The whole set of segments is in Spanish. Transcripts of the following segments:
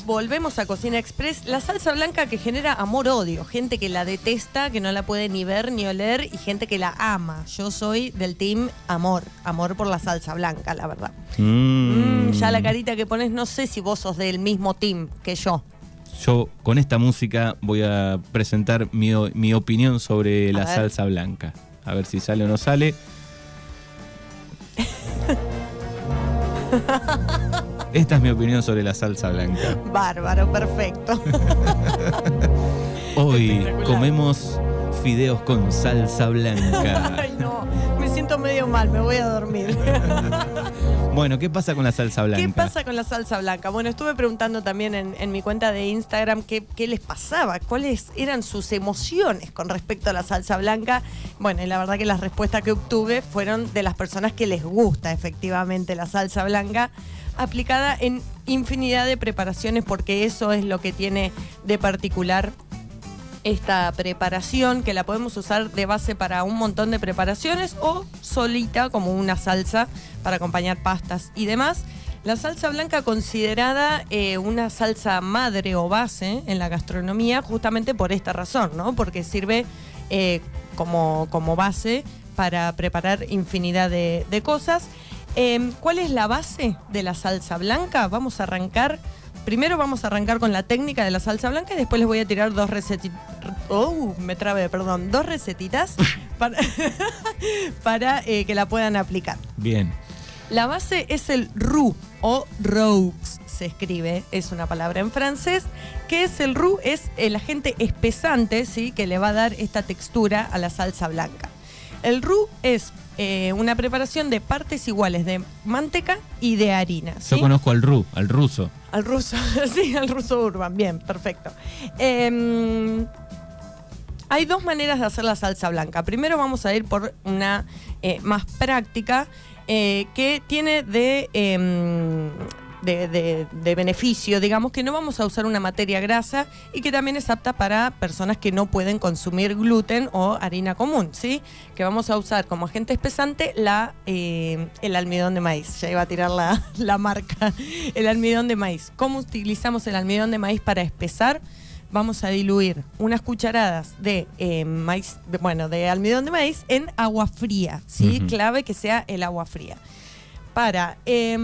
Volvemos a Cocina Express. La salsa blanca que genera amor-odio. Gente que la detesta, que no la puede ni ver ni oler, y gente que la ama. Yo soy del team amor. Amor por la salsa blanca, la verdad. Ya la carita que pones, no sé si vos sos del mismo team que yo. Yo con esta música voy a presentar mi opinión sobre la salsa blanca. A ver si sale o no sale. Esta es mi opinión sobre la salsa blanca. Bárbaro, perfecto. Hoy comemos fideos con salsa blanca. Ay, no, me siento medio mal, me voy a dormir. Bueno, ¿qué pasa con la salsa blanca? ¿Qué pasa con la salsa blanca? Bueno, estuve preguntando también en mi cuenta de Instagram qué les pasaba, cuáles eran sus emociones con respecto a la salsa blanca. Bueno, y la verdad que las respuestas que obtuve fueron de las personas que les gusta efectivamente la salsa blanca, aplicada en infinidad de preparaciones, porque eso es lo que tiene de particular esta preparación, que la podemos usar de base para un montón de preparaciones o solita como una salsa para acompañar pastas y demás. La salsa blanca considerada una salsa madre o base en la gastronomía justamente por esta razón, ¿no? Porque sirve como base para preparar infinidad de cosas. ¿Cuál es la base de la salsa blanca? Primero vamos a arrancar con la técnica de la salsa blanca y después les voy a tirar dos recetitas para que la puedan aplicar. Bien. La base es el roux o roux, se escribe, es una palabra en francés. ¿Qué es el roux? Es el agente espesante, ¿sí?, que le va a dar esta textura a la salsa blanca. El roux es una preparación de partes iguales de manteca y de harina, ¿sí? Yo conozco al roux, al ruso. Al ruso, sí, al ruso Urban, bien, perfecto. Hay dos maneras de hacer la salsa blanca. Primero vamos a ir por una más práctica que tiene de beneficio, digamos, que no vamos a usar una materia grasa y que también es apta para personas que no pueden consumir gluten o harina común, ¿sí? Que vamos a usar como agente espesante el almidón de maíz. Ya iba a tirar la marca, el almidón de maíz. ¿Cómo utilizamos el almidón de maíz para espesar? Vamos a diluir unas cucharadas de maíz, de almidón de maíz en agua fría, ¿sí? Clave que sea el agua fría. Para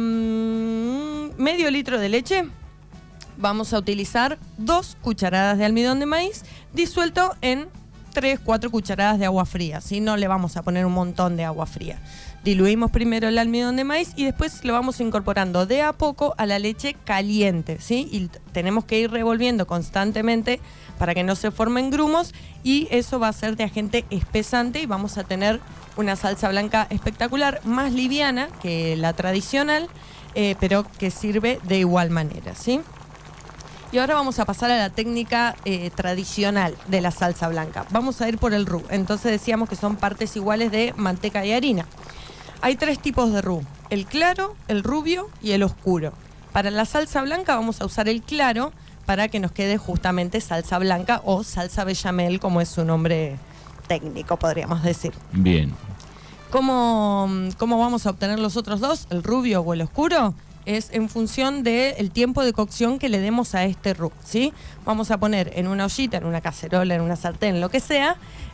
medio litro de leche vamos a utilizar 2 cucharadas de almidón de maíz disuelto en 3-4 cucharadas de agua fría, ¿sí? No le vamos a poner un montón de agua fría. Diluimos primero el almidón de maíz y después lo vamos incorporando de a poco a la leche caliente, ¿sí? Y tenemos que ir revolviendo constantemente para que no se formen grumos y eso va a ser de agente espesante y vamos a tener una salsa blanca espectacular, más liviana que la tradicional, pero que sirve de igual manera, ¿sí? Y ahora vamos a pasar a la técnica tradicional de la salsa blanca. Vamos a ir por el roux. Entonces decíamos que son partes iguales de manteca y harina. Hay 3 tipos de roux: el claro, el rubio y el oscuro. Para la salsa blanca vamos a usar el claro para que nos quede justamente salsa blanca o salsa bechamel, como es su nombre técnico, podríamos decir. Bien. ¿Cómo vamos a obtener los otros dos, el rubio o el oscuro? Es en función del tiempo de cocción que le demos a este roux, ¿sí? Vamos a poner en una ollita, en una cacerola, en una sartén, lo que sea,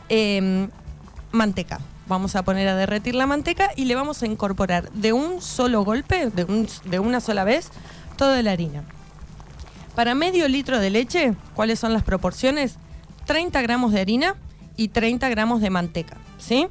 manteca. Vamos a poner a derretir la manteca y le vamos a incorporar de un solo golpe, de una sola vez, toda la harina. Para medio litro de leche, ¿cuáles son las proporciones? 30 gramos de harina y 30 gramos de manteca, ¿sí?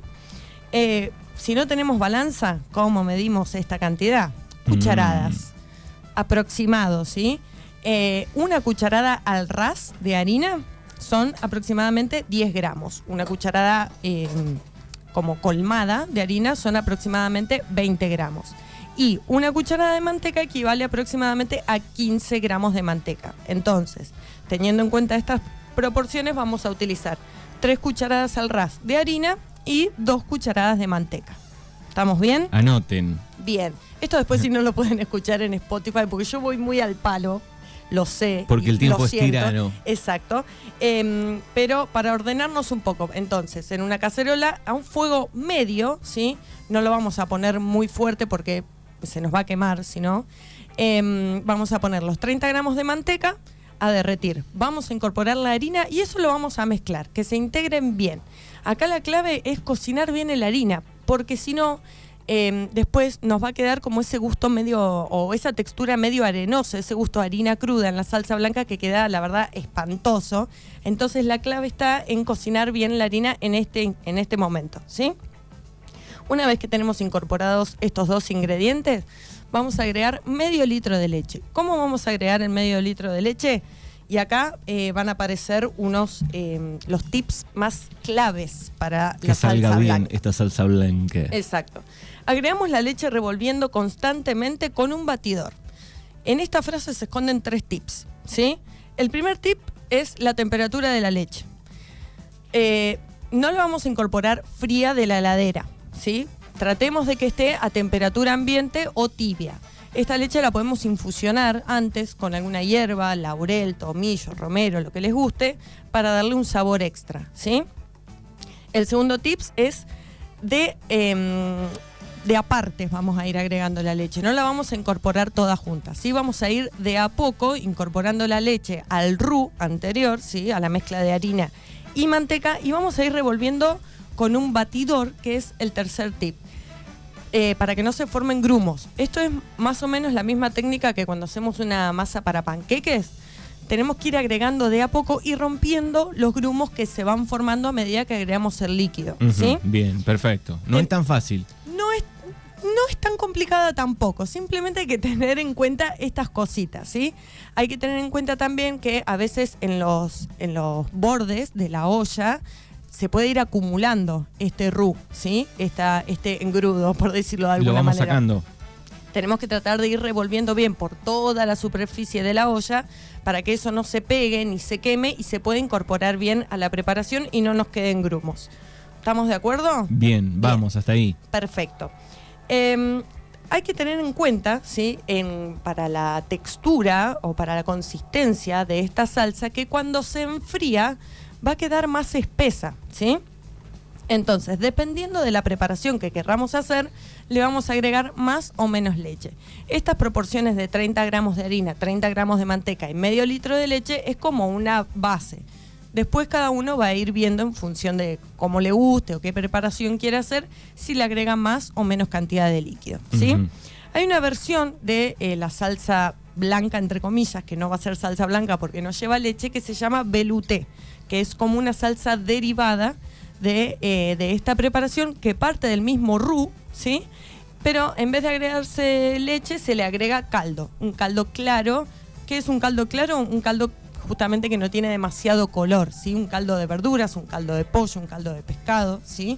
Si no tenemos balanza, ¿cómo medimos esta cantidad? Cucharadas, aproximado, ¿sí? Una cucharada al ras de harina son aproximadamente 10 gramos. Una cucharada como colmada de harina son aproximadamente 20 gramos. Y una cucharada de manteca equivale aproximadamente a 15 gramos de manteca. Entonces, teniendo en cuenta estas proporciones, vamos a utilizar 3 cucharadas al ras de harina y 2 cucharadas de manteca. ¿Estamos bien? Anoten. Bien. Esto después si no lo pueden escuchar en Spotify, porque yo voy muy al palo, lo sé. Porque el tiempo es tirano. Exacto. Pero para ordenarnos un poco, entonces, en una cacerola a un fuego medio, ¿sí? No lo vamos a poner muy fuerte porque se nos va a quemar, si no. Vamos a poner los 30 gramos de manteca a derretir. Vamos a incorporar la harina y eso lo vamos a mezclar, que se integren bien. Acá la clave es cocinar bien la harina, porque si no, después nos va a quedar como ese gusto medio, o esa textura medio arenosa, ese gusto de harina cruda en la salsa blanca que queda, la verdad, espantoso. Entonces la clave está en cocinar bien la harina en este momento, ¿sí? Una vez que tenemos incorporados estos dos ingredientes, vamos a agregar medio litro de leche. ¿Cómo vamos a agregar el medio litro de leche? Y acá van a aparecer los tips más claves para que la salsa salga bien blanca. esta salsa blanca. Exacto. Agregamos la leche revolviendo constantemente con un batidor. En esta frase se esconden 3 tips, ¿sí? El primer tip es la temperatura de la leche. No la vamos a incorporar fría de la heladera, ¿sí? Tratemos de que esté a temperatura ambiente o tibia. Esta leche la podemos infusionar antes con alguna hierba, laurel, tomillo, romero, lo que les guste, para darle un sabor extra, ¿sí? El segundo tips es de apartes vamos a ir agregando la leche. No la vamos a incorporar toda junta, ¿sí? Vamos a ir de a poco incorporando la leche al roux anterior, ¿sí? A la mezcla de harina y manteca, y vamos a ir revolviendo con un batidor, que es el tercer tip. Para que no se formen grumos. Esto es más o menos la misma técnica que cuando hacemos una masa para panqueques. Tenemos que ir agregando de a poco y rompiendo los grumos que se van formando a medida que agregamos el líquido, ¿sí? Bien, perfecto. No es tan fácil. No es tan complicada tampoco. Simplemente hay que tener en cuenta estas cositas, ¿sí? Hay que tener en cuenta también que a veces en los bordes de la olla se puede ir acumulando este roux, ¿sí? Este engrudo, por decirlo de alguna manera. Lo vamos sacando. Tenemos que tratar de ir revolviendo bien por toda la superficie de la olla para que eso no se pegue ni se queme y se pueda incorporar bien a la preparación y no nos queden grumos. ¿Estamos de acuerdo? Bien, vamos, hasta ahí. Perfecto. Hay que tener en cuenta, ¿sí? Para la textura o para la consistencia de esta salsa, que cuando se enfría va a quedar más espesa, ¿sí? Entonces, dependiendo de la preparación que querramos hacer, le vamos a agregar más o menos leche. Estas proporciones de 30 gramos de harina, 30 gramos de manteca y medio litro de leche es como una base. Después cada uno va a ir viendo en función de cómo le guste o qué preparación quiere hacer, si le agrega más o menos cantidad de líquido, ¿sí? Hay una versión de la salsa blanca, entre comillas, que no va a ser salsa blanca porque no lleva leche, que se llama velouté, que es como una salsa derivada de esta preparación que parte del mismo roux, ¿sí? Pero en vez de agregarse leche, se le agrega caldo. Un caldo claro. ¿Qué es un caldo claro? Un caldo justamente que no tiene demasiado color, ¿sí? Un caldo de verduras, un caldo de pollo, un caldo de pescado, ¿sí?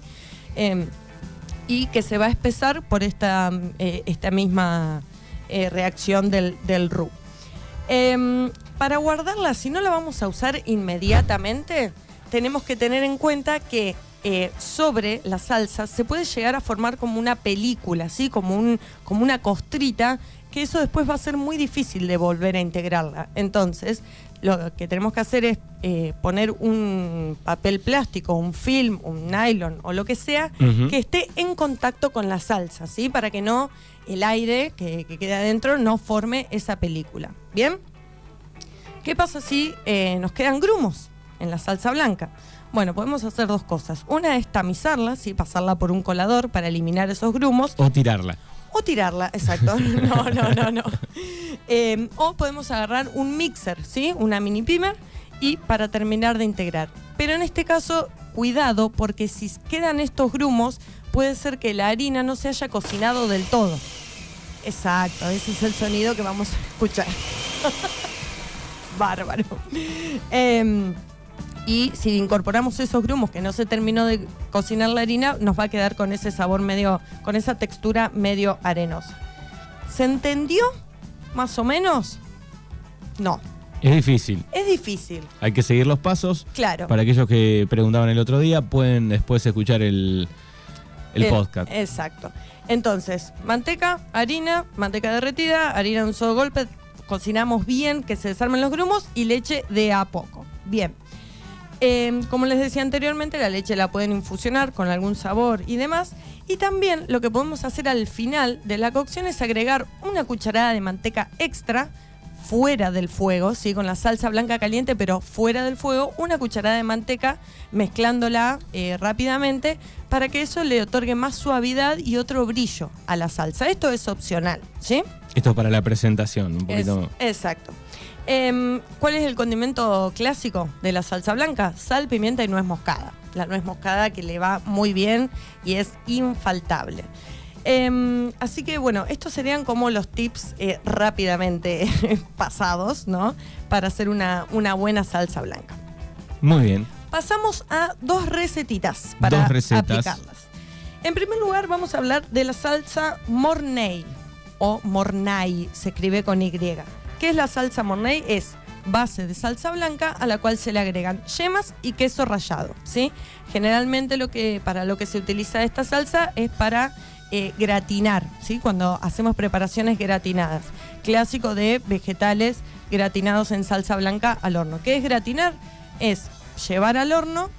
Y que se va a espesar por esta misma reacción del roux. Para guardarla, si no la vamos a usar inmediatamente, tenemos que tener en cuenta que sobre la salsa se puede llegar a formar como una película, ¿sí? Como una costrita, que eso después va a ser muy difícil de volver a integrarla. Entonces, lo que tenemos que hacer es poner un papel plástico, un film, un nylon o lo que sea, que esté en contacto con la salsa, ¿sí? Para que no el aire que quede adentro no forme esa película. ¿Bien? ¿Qué pasa si nos quedan grumos en la salsa blanca? Bueno, podemos hacer 2 cosas. Una es tamizarla, ¿sí? Pasarla por un colador para eliminar esos grumos. O tirarla. O tirarla, exacto. No. O podemos agarrar un mixer, ¿sí? Una mini pimer, y para terminar de integrar. Pero en este caso, cuidado, porque si quedan estos grumos, puede ser que la harina no se haya cocinado del todo. Exacto, ese es el sonido que vamos a escuchar. Bárbaro. Y si incorporamos esos grumos que no se terminó de cocinar la harina, nos va a quedar con ese sabor medio, con esa textura medio arenosa. ¿Se entendió? ¿Más o menos? No. Es difícil. Es difícil. Hay que seguir los pasos. Claro. Para aquellos que preguntaban el otro día, pueden después escuchar el podcast. Exacto. Entonces, manteca derretida, harina de un solo golpe, cocinamos bien, que se desarmen los grumos, y leche de a poco. Bien. Como les decía anteriormente, la leche la pueden infusionar con algún sabor y demás. Y también lo que podemos hacer al final de la cocción es agregar una cucharada de manteca extra fuera del fuego, ¿sí? Con la salsa blanca caliente, pero fuera del fuego, una cucharada de manteca, mezclándola rápidamente para que eso le otorgue más suavidad y otro brillo a la salsa. Esto es opcional, ¿sí? Esto para la presentación, un poquito. Exacto. ¿Cuál es el condimento clásico de la salsa blanca? Sal, pimienta y nuez moscada. La nuez moscada que le va muy bien y es infaltable. Así que bueno, estos serían como los tips rápidamente pasados, ¿no? Para hacer una buena salsa blanca. Muy bien. Pasamos a dos recetitas para aplicarlas. En primer lugar vamos a hablar de la salsa Mornay o Mornay, se escribe con Y. ¿Qué es la salsa Mornay? Es base de salsa blanca a la cual se le agregan yemas y queso rallado, ¿sí? Generalmente para lo que se utiliza esta salsa es para gratinar, ¿sí? Cuando hacemos preparaciones gratinadas. Clásico de vegetales gratinados en salsa blanca al horno. ¿Qué es gratinar? Es llevar al horno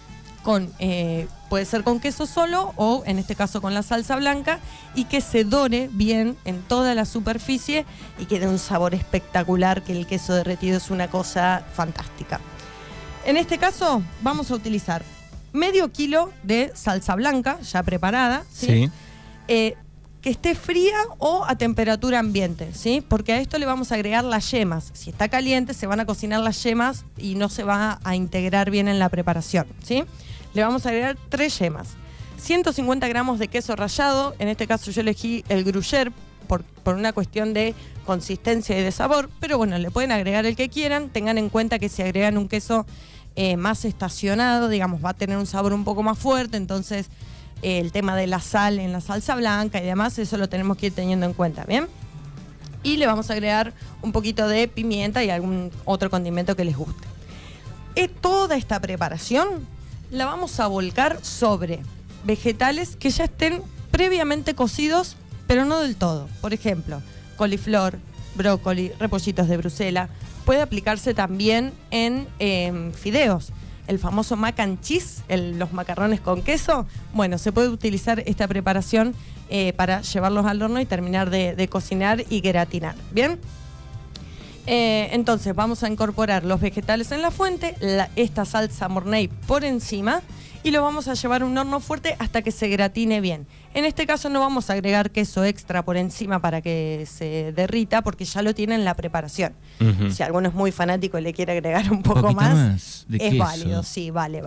puede ser con queso solo o en este caso con la salsa blanca y que se dore bien en toda la superficie y que dé un sabor espectacular, que el queso derretido es una cosa fantástica. En este caso vamos a utilizar medio kilo de salsa blanca ya preparada, ¿sí? Que esté fría o a temperatura ambiente, ¿sí? Porque a esto le vamos a agregar las yemas. Si está caliente se van a cocinar las yemas y no se va a integrar bien en la preparación, ¿sí? Le vamos a agregar 3 yemas, 150 gramos de queso rallado, en este caso yo elegí el Gruyère por una cuestión de consistencia y de sabor, pero bueno, le pueden agregar el que quieran. Tengan en cuenta que si agregan un queso más estacionado, digamos, va a tener un sabor un poco más fuerte, entonces el tema de la sal en la salsa blanca y demás, eso lo tenemos que ir teniendo en cuenta, ¿bien? Y le vamos a agregar un poquito de pimienta y algún otro condimento que les guste. Toda esta preparación la vamos a volcar sobre vegetales que ya estén previamente cocidos, pero no del todo. Por ejemplo, coliflor, brócoli, repollitos de Bruselas. Puede aplicarse también en fideos. El famoso mac and cheese, los macarrones con queso. Bueno, se puede utilizar esta preparación para llevarlos al horno y terminar de cocinar y gratinar. ¿Bien? Entonces vamos a incorporar los vegetales en la fuente, esta salsa Mornay por encima y lo vamos a llevar a un horno fuerte hasta que se gratine bien. En este caso no vamos a agregar queso extra por encima para que se derrita porque ya lo tiene en la preparación. Si alguno es muy fanático y le quiere agregar un poco más de es queso. Válido, sí, vale.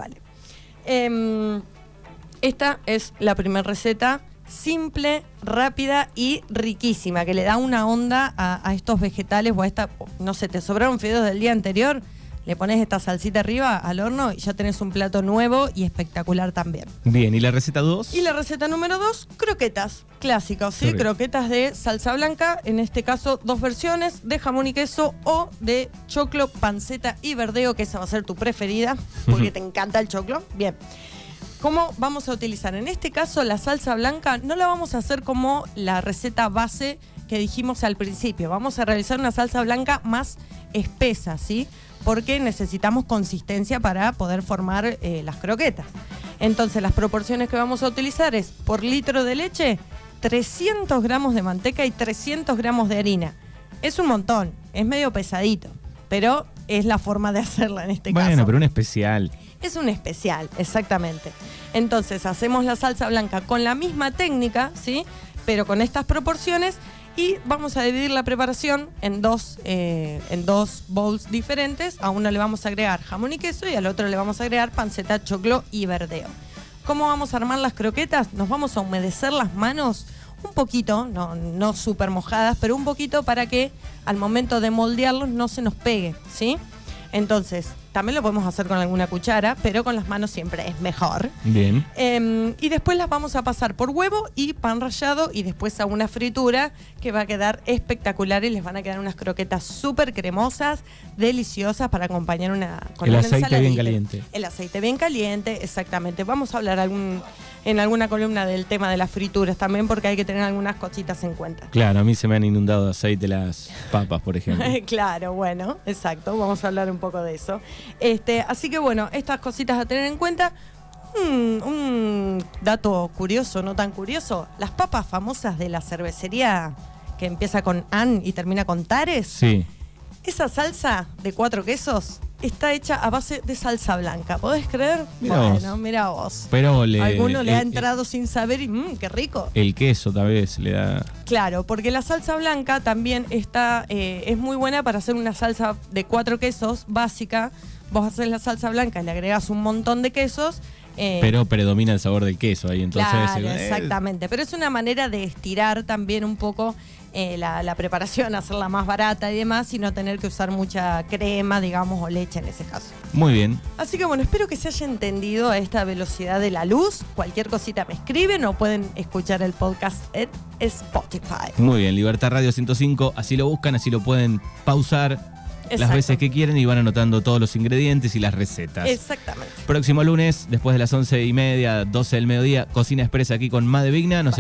Esta es la primera receta simple, rápida y riquísima, que le da una onda a estos vegetales o a esta, no sé, te sobraron fideos del día anterior, le pones esta salsita arriba al horno y ya tenés un plato nuevo y espectacular también. Bien, ¿y la receta 2? Y la receta número 2, croquetas clásicas, ¿sí? Croquetas de salsa blanca, en este caso 2 versiones, de jamón y queso o de choclo, panceta y verdeo, que esa va a ser tu preferida, porque te encanta el choclo. Bien. ¿Cómo vamos a utilizar? En este caso la salsa blanca no la vamos a hacer como la receta base que dijimos al principio. Vamos a realizar una salsa blanca más espesa, ¿sí? Porque necesitamos consistencia para poder formar las croquetas. Entonces las proporciones que vamos a utilizar es por litro de leche, 300 gramos de manteca y 300 gramos de harina. Es un montón, es medio pesadito, pero es la forma de hacerla en este caso. Bueno, pero un especial. Es un especial, exactamente. Entonces hacemos la salsa blanca con la misma técnica, ¿sí? Pero con estas proporciones y vamos a dividir la preparación en dos bowls diferentes. A uno le vamos a agregar jamón y queso y al otro le vamos a agregar panceta, choclo y verdeo. ¿Cómo vamos a armar las croquetas? Nos vamos a humedecer las manos un poquito, no súper mojadas, pero un poquito para que al momento de moldearlos no se nos pegue, ¿sí? Entonces, también lo podemos hacer con alguna cuchara, pero con las manos siempre es mejor. Bien. Y después las vamos a pasar por huevo y pan rallado y después a una fritura que va a quedar espectacular y les van a quedar unas croquetas súper cremosas, deliciosas para acompañar con el una aceite ensaladita. bien caliente. El aceite bien caliente, exactamente. Vamos a hablar en alguna columna del tema de las frituras también, porque hay que tener algunas cositas en cuenta. Claro, a mí se me han inundado de aceite las papas, por ejemplo. Claro, bueno, exacto, vamos a hablar un poco de eso. Así que bueno, estas cositas a tener en cuenta. Un dato curioso, no tan curioso, las papas famosas de la cervecería que empieza con An y termina con Tares. Sí. Esa salsa de 4 quesos está hecha a base de salsa blanca. ¿Podés creer? Mirá bueno, vos. mira vos. Pero Alguno le ha entrado sin saber y qué rico. El queso tal vez le da... Claro, porque la salsa blanca también está es muy buena para hacer una salsa de 4 quesos básica. Vos haces la salsa blanca y le agregás un montón de quesos. Pero predomina el sabor del queso ahí, entonces... Claro, exactamente. Pero es una manera de estirar también un poco la preparación, hacerla más barata y demás, y no tener que usar mucha crema, digamos, o leche en ese caso. Muy bien. Así que bueno, espero que se haya entendido a esta velocidad de la luz. Cualquier cosita me escriben o pueden escuchar el podcast en Spotify. Muy bien, Libertad Radio 105, así lo buscan, así lo pueden pausar las veces que quieren y van anotando todos los ingredientes y las recetas. Exactamente. Próximo lunes, después de las 11:30, 12 del mediodía, Cocina Express aquí con Made Vigna.